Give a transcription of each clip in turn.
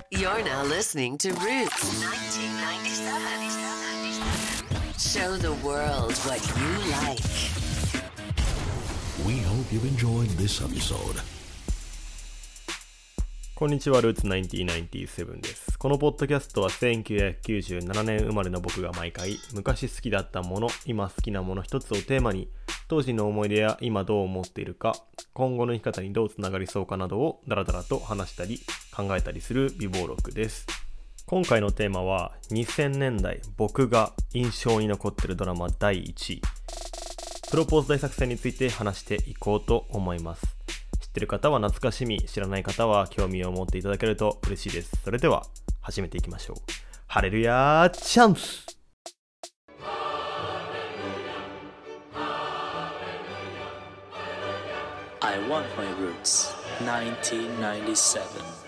You're now listening to Roots 1997. Show the world what you like. We hope you've enjoyed this episode. こんにちは、ルーツ1997です。このポッドキャストは1997年生まれの僕が毎回昔好きだったもの、今好きなもの一つをテーマに当時の思い出や今どう思っているか、今後の生き方にどうつながりそうかなどをダラダラと話したり考えたりする美貌録です。今回のテーマは2000年代僕が印象に残っているドラマ第1位、プロポーズ大作戦について話していこうと思います。知ってる方は懐かしみ、知らない方は興味を持っていただけると嬉しいです。それでは始めていきましょう。ハレルヤーチャンス。 I want my roots 1997。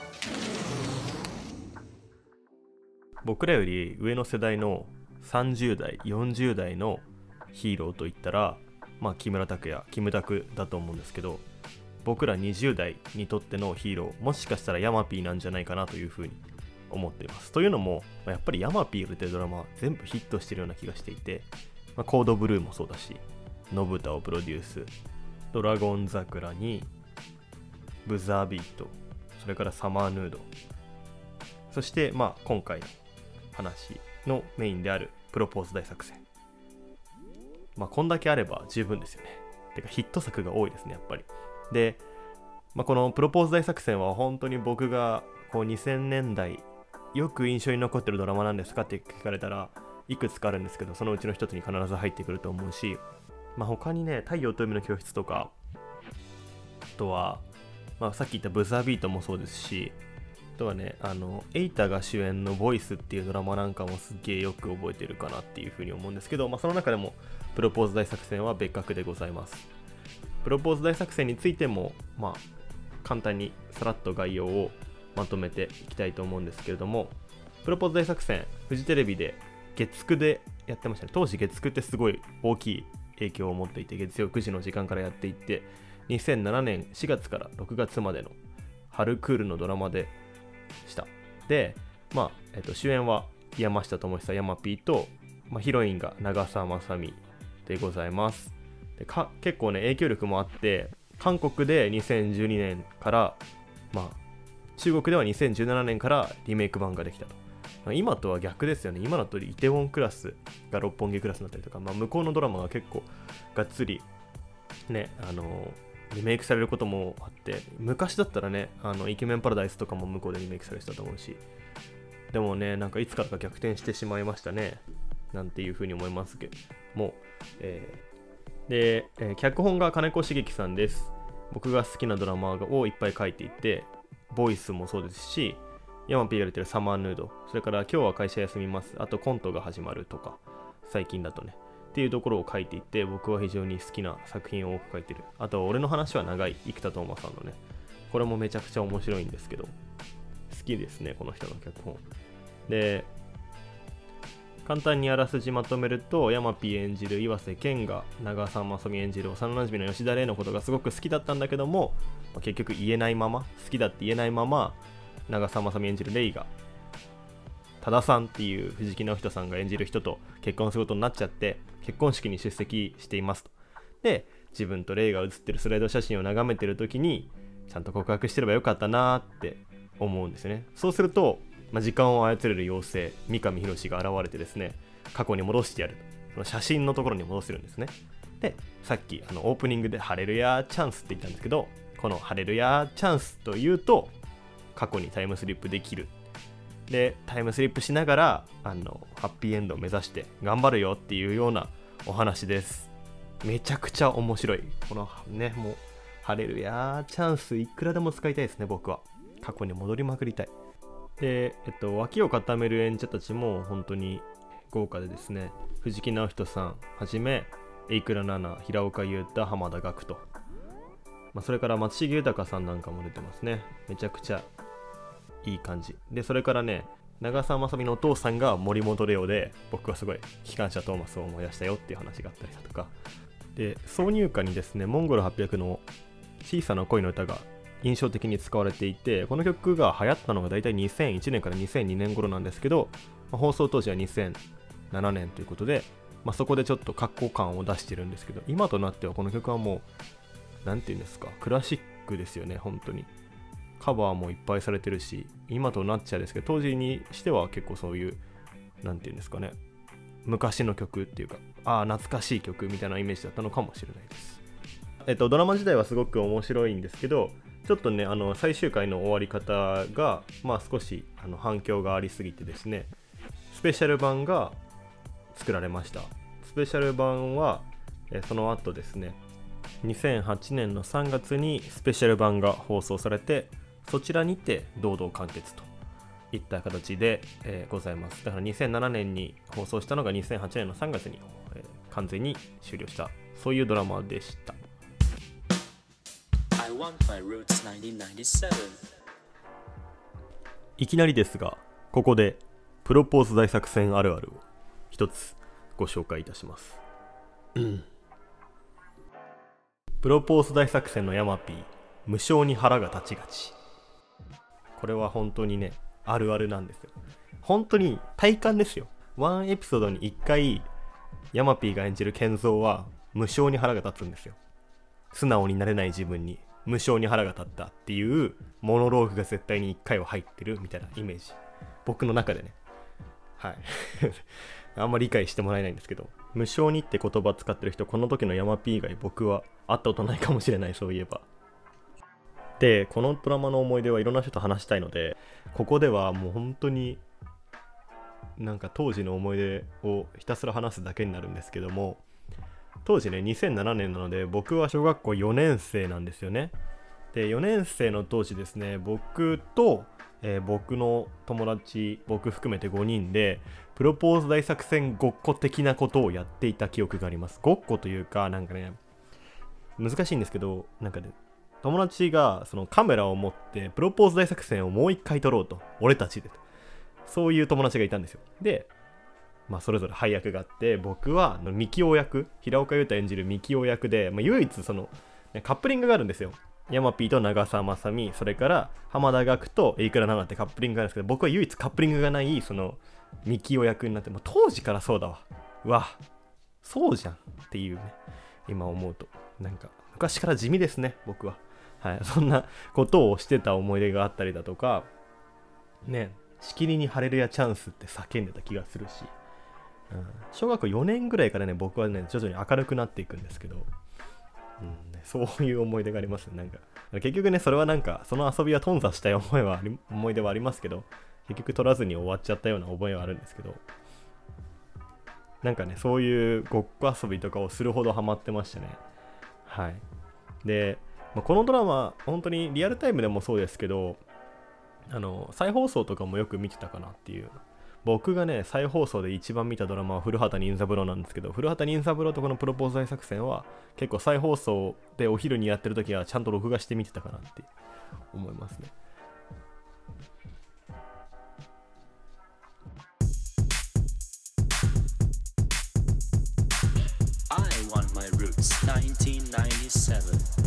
僕らより上の世代の30代、40代のヒーローといったら、木村拓哉、キムタクだと思うんですけど、僕ら20代にとってのヒーロー、もしかしたらヤマピーなんじゃないかなというふうに思っています。というのも、やっぱりヤマピーというドラマは全部ヒットしているような気がしていて、コードブルーもそうだし、信太をプロデュース、ドラゴン桜にブザービート、それからサマーヌード、そして今回の話のメインであるプロポーズ大作戦、こんだけあれば十分ですよね。てかヒット作が多いですね、やっぱり。で、このプロポーズ大作戦は本当に僕が2000年代よく印象に残ってるドラマなんですかって聞かれたらいくつかあるんですけど、そのうちの一つに必ず入ってくると思うし、他にね、太陽と海の教室とか、あとは、さっき言ったブザービートもそうですし、あとはね、エイタが主演のボイスっていうドラマなんかもすっげーよく覚えてるかなっていうふうに思うんですけど、その中でもプロポーズ大作戦は別格でございます。プロポーズ大作戦についても、簡単にさらっと概要をまとめていきたいと思うんですけれども、プロポーズ大作戦、フジテレビで月9でやってましたね。当時月9ってすごい大きい影響を持っていて、月曜9時の時間からやっていって、2007年4月から6月までの春クールのドラマでした。で、主演は山下智久、ヤマピーと、ヒロインが長澤まさみでございます。で結構ね、影響力もあって、韓国で2012年から、中国では2017年からリメイク版ができたと。今とは逆ですよね。今だとイテウォンクラスが六本木クラスになったりとか、向こうのドラマが結構がっつりね、リメイクされることもあって、昔だったらね、イケメンパラダイスとかも向こうでリメイクされてたと思うし、でもね、いつからか逆転してしまいましたね、なんていうふうに思いますけども、で、脚本が金子茂樹さんです。僕が好きなドラマをいっぱい書いていて、ボイスもそうですし、ヤマピーが出てるサマーヌード、それから今日は会社休みます、あとコントが始まるとか、最近だとねっていうところを書いていて、僕は非常に好きな作品を多く書いてる。あと俺の話は長い、生田斗真さんのね、これもめちゃくちゃ面白いんですけど、好きですね、この人の脚本で。簡単にあらすじまとめると、ヤマピー演じる岩瀬健が長澤まさみ演じる幼馴染の吉田玲のことがすごく好きだったんだけども、結局言えないまま、好きだって言えないまま、長澤まさみ演じるレイが多田さんっていう藤木直人さんが演じる人と結婚することになっちゃって、結婚式に出席していますと。で、自分とレイが写ってるスライド写真を眺めてる時に、ちゃんと告白してればよかったなーって思うんですよね。そうすると、時間を操れる妖精三上博史が現れてですね、過去に戻してやる。その写真のところに戻せるんですね。で、さっきオープニングでハレルヤーチャンスって言ったんですけど、このハレルヤーチャンスというと過去にタイムスリップできる。で、タイムスリップしながらハッピーエンドを目指して頑張るよっていうようなお話です。めちゃくちゃ面白い。このね、もうハレルヤーチャンスいくらでも使いたいですね。僕は過去に戻りまくりたい。で、脇を固める演者たちも本当に豪華でですね、藤木直人さんはじめ榮倉奈々、平岡裕太、浜田岳と、それから松重豊さんなんかも出てますね。めちゃくちゃいい感じで、それからね、長澤まさみのお父さんが森本レオで、僕はすごい機関車トーマスを思い出したよっていう話があったりだとかで、挿入歌にですね、モンゴル800の小さな恋の歌が印象的に使われていて、この曲が流行ったのが大体2001年から2002年頃なんですけど、放送当時は2007年ということで、そこでちょっと格好感を出してるんですけど、今となってはこの曲はもうなんていうんですか、クラシックですよね。本当にカバーもいっぱいされてるし、今となっちゃですけど、当時にしては結構そういうなんていうんですかね、昔の曲っていうか、懐かしい曲みたいなイメージだったのかもしれないです。ドラマ自体はすごく面白いんですけど、ちょっとね最終回の終わり方が少し反響がありすぎてですね、スペシャル版が作られました。スペシャル版はその後ですね、2008年の3月にスペシャル版が放送されて、そちらにて堂々完結といった形で、ございます。だから2007年に放送したのが2008年の3月に、完全に終了した、そういうドラマでした。 I want my roots 1997. いきなりですが、ここでプロポーズ大作戦あるあるを一つご紹介いたします。プロポーズ大作戦のヤマピー、無性に腹が立ちがち。これは本当にね、あるあるなんですよ。本当に体感ですよ。ワンエピソードに1回ヤマピーが演じるケンゾーは無性に腹が立つんですよ。素直になれない自分に無性に腹が立ったっていうモノローグが絶対に1回は入ってるみたいなイメージ、僕の中でね。はいあんまり理解してもらえないんですけど、無性にって言葉使ってる人、この時のヤマピー以外僕は会ったことないかもしれない。そういえば。で、このドラマの思い出はいろんな人と話したいので、ここではもう本当になんか当時の思い出をひたすら話すだけになるんですけども、当時ね2007年なので僕は小学校4年生なんですよね。で4年生の当時ですね、僕と、僕の友達、僕含めて5人でプロポーズ大作戦ごっこ的なことをやっていた記憶があります。ごっこというか、なんかね難しいんですけど、なんかね友達がそのカメラを持ってプロポーズ大作戦をもう一回撮ろうと、俺たちで、そういう友達がいたんですよ。でそれぞれ配役があって、僕はミキオ役、平岡裕太演じるミキオ役で、唯一そのカップリングがあるんですよ。ヤマピーと長澤まさみ、それから浜田岳と榮倉奈々ってカップリングがあるんですけど、僕は唯一カップリングがないそのミキオ役になって、当時からそうだわ、うわそうじゃんっていうね、今思うとなんか昔から地味ですね僕は。はい、そんなことをしてた思い出があったりだとかね、しきりにハレルヤチャンスって叫んでた気がするし、小学校4年ぐらいからね僕はね徐々に明るくなっていくんですけど、そういう思い出があります。なんか結局ね、それはなんかその遊びは頓挫したい思い出はありますけど、結局取らずに終わっちゃったような覚えはあるんですけど、なんかねそういうごっこ遊びとかをするほどハマってましたね。はい。で、このドラマ本当にリアルタイムでもそうですけど、再放送とかもよく見てたかなっていう。僕がね再放送で一番見たドラマは古畑任三郎なんですけど、古畑任三郎とこのプロポーズ大作戦は結構再放送でお昼にやってる時はちゃんと録画して見てたかなって思いますね。 I want my roots 1997.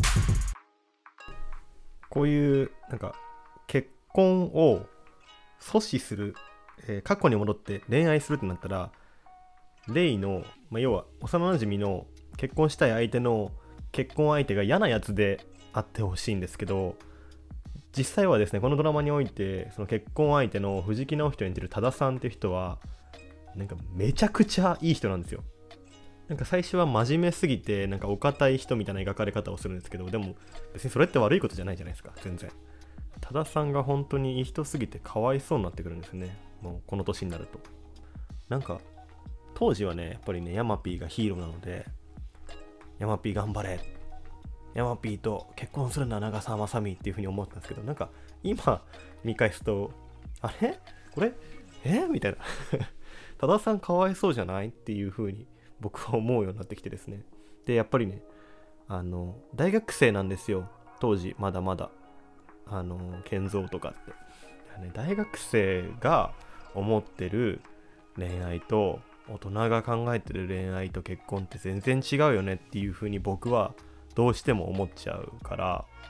こういうなんか結婚を阻止する、過去に戻って恋愛するってなったら、レイの、要は幼馴染の結婚したい相手の結婚相手が嫌なやつであってほしいんですけど、実際はですねこのドラマにおいてその結婚相手の藤木直人演じる多田さんっていう人はなんかめちゃくちゃいい人なんですよ。なんか最初は真面目すぎてなんかお堅い人みたいな描かれ方をするんですけど、でも別にそれって悪いことじゃないじゃないですか。全然多田さんが本当にいい人すぎてかわいそうになってくるんですね。もうこの年になるとなんか当時はねやっぱりねヤマピーがヒーローなので、ヤマピー頑張れ、ヤマピーと結婚するのは長澤まさみっていう風に思ったんですけど、なんか今見返すとあれこれみたいな多田さんかわいそうじゃないっていう風に僕は思うようになってきてですね。でやっぱりね大学生なんですよ当時、まだまだ健三とかって、大学生が思ってる恋愛と大人が考えてる恋愛と結婚って全然違うよねっていう風に僕はどうしても思っちゃうから、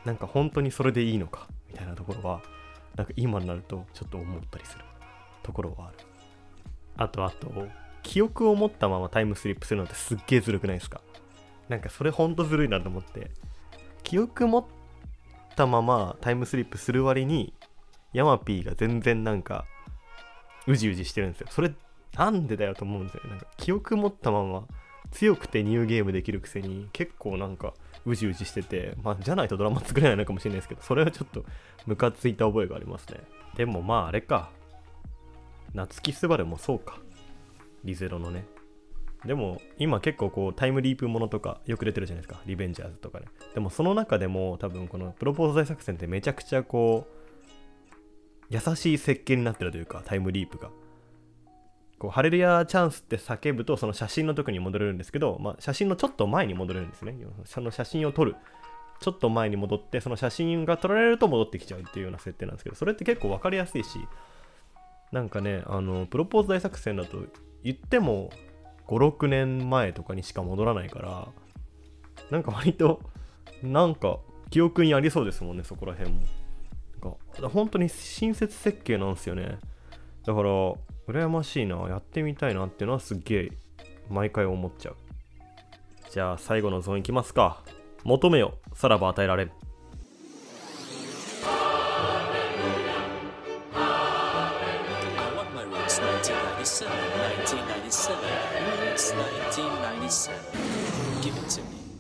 なんか本当にそれでいいのかみたいなところはなんか今になるとちょっと思ったりするところはある。あと記憶を持ったままタイムスリップするのってすっげえずるくないですか？なんかそれほんとずるいなと思って、記憶持ったままタイムスリップする割にヤマピーが全然なんかうじうじしてるんですよ。それなんでだよと思うんですよね。なんか記憶持ったまま強くてニューゲームできるくせに結構なんかうじうじしてて、まあじゃないとドラマ作れないのかもしれないですけど、それはちょっとムカついた覚えがありますね。でもまああれか、夏木スバルもそうか、リゼロのね。でも今結構こうタイムリープものとかよく出てるじゃないですか、リベンジャーズとかね。でもその中でも多分このプロポーズ大作戦ってめちゃくちゃこう優しい設計になってるというか、タイムリープがこうハレルヤチャンスって叫ぶとその写真の時に戻れるんですけど、まあ、写真のちょっと前に戻れるんですね。その写真を撮るちょっと前に戻って、その写真が撮られると戻ってきちゃうっていうような設定なんですけど、それって結構分かりやすいし、なんかね、プロポーズ大作戦だと言っても5、6年前とかにしか戻らないから、なんか割となんか記憶にありそうですもんね、そこら辺も。なんか本当に親切設計なんですよね。だから羨ましいな、やってみたいなっていうのはすっげえ毎回思っちゃう。じゃあ最後のゾーンいきますか。求めよ、さらば与えられる。 I want my roots 1997, 1997, roots 1997. Give it to me.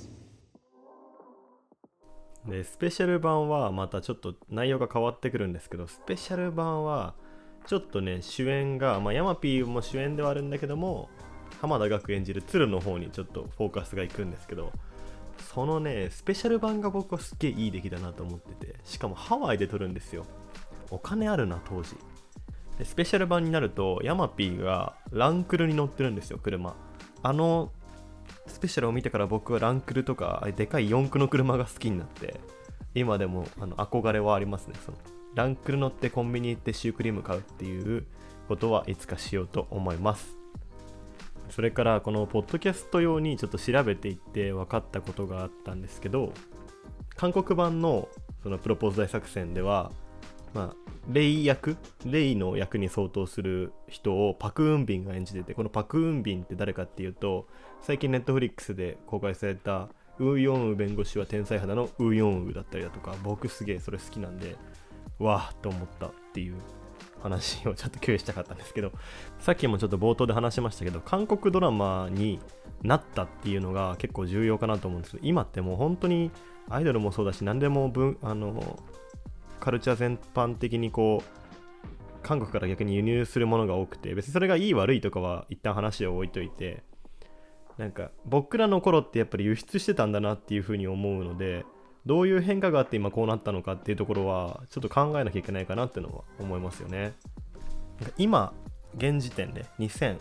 でスペシャル版はまたちょっと内容が変わってくるんですけど、スペシャル版はちょっとね主演が、まあ、ヤマピーも主演ではあるんだけども、浜田岳演じる鶴の方にちょっとフォーカスがいくんですけど、そのねスペシャル版が僕はすっげえいい出来だなと思ってて、しかもハワイで撮るんですよ。お金あるな当時で。スペシャル版になるとヤマピーがランクルに乗ってるんですよ、車。スペシャルを見てから僕はランクルとかでかい四駆の車が好きになって、今でも憧れはありますね。そのランクル乗ってコンビニ行ってシュークリーム買うっていうことはいつかしようと思います。それからこのポッドキャスト用にちょっと調べていって分かったことがあったんですけど、韓国版のそのプロポーズ大作戦では、まあレイの役に相当する人をパク・ウンビンが演じてて、このパク・ウンビンって誰かっていうと、最近ネットフリックスで公開されたウーヨンウ弁護士は天才肌のウーヨンウだったりだとか、僕すげえそれ好きなんでわーと思ったっていう話をちょっと共有したかったんですけど、さっきもちょっと冒頭で話しましたけど、韓国ドラマになったっていうのが結構重要かなと思うんですけど、今ってもう本当にアイドルもそうだし、何でもカルチャー全般的にこう韓国から逆に輸入するものが多くて、別にそれがいい悪いとかは一旦話を置いといて、なんか僕らの頃ってやっぱり輸出してたんだなっていうふうに思うので、どういう変化があって今こうなったのかっていうところはちょっと考えなきゃいけないかなっていうのは思いますよね。今現時点で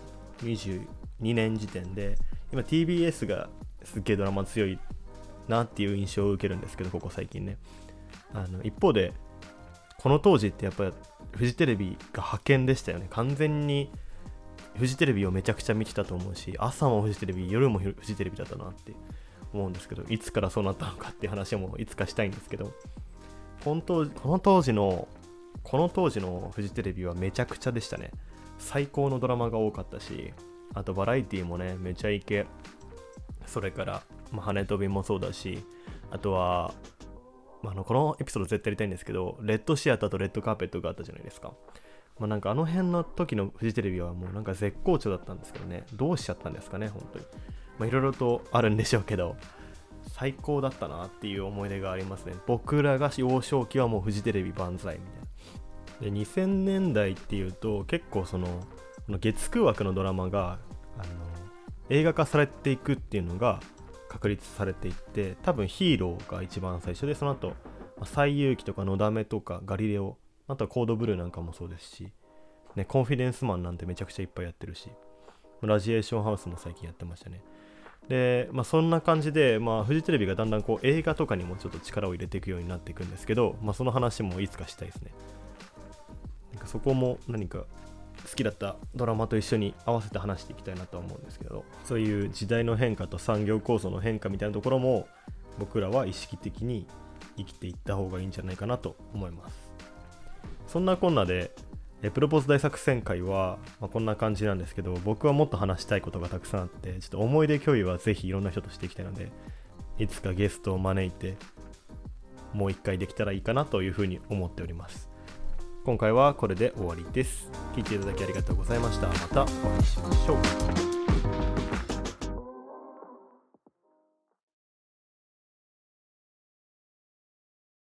2022年時点で今 TBS がすっげえドラマ強いなっていう印象を受けるんですけど、ここ最近ね。一方でこの当時ってやっぱりフジテレビが覇権でしたよね。完全にフジテレビをめちゃくちゃ見てたと思うし、朝もフジテレビ、夜もフジテレビだったなって思うんですけど、いつからそうなったのかっていう話もいつかしたいんですけど、この当時のフジテレビはめちゃくちゃでしたね。最高のドラマが多かったし、あとバラエティもねめちゃイケ。それから、羽飛びもそうだし、あとはこのエピソード絶対やりたいんですけど、レッドシアターとレッドカーペットがあったじゃないですか。なんかあの辺の時のフジテレビはもうなんか絶好調だったんですけどね、どうしちゃったんですかね本当に。いろいろとあるんでしょうけど、最高だったなっていう思い出がありますね。僕らが幼少期はもうフジテレビ万歳みたいな。で2000年代っていうと結構その月9枠のドラマが映画化されていくっていうのが確立されていって、多分ヒーローが一番最初で、その後西遊記とかのだめとかガリレオ、あとはコードブルーなんかもそうですし、ね、コンフィデンスマンなんてめちゃくちゃいっぱいやってるし、ラジエーションハウスも最近やってましたね。で、そんな感じで、フジテレビがだんだんこう映画とかにもちょっと力を入れていくようになっていくんですけど、その話もいつかしたいですね。なんかそこも何か好きだったドラマと一緒に合わせて話していきたいなとは思うんですけど、そういう時代の変化と産業構造の変化みたいなところも僕らは意識的に生きていった方がいいんじゃないかなと思います。そんなこんなでプロポーズ大作戦会は、こんな感じなんですけど、僕はもっと話したいことがたくさんあって、ちょっと思い出共有はぜひいろんな人としていきたいので、いつかゲストを招いてもう一回できたらいいかなというふうに思っております。今回はこれで終わりです。聞いていただきありがとうございました。またお会いしましょう。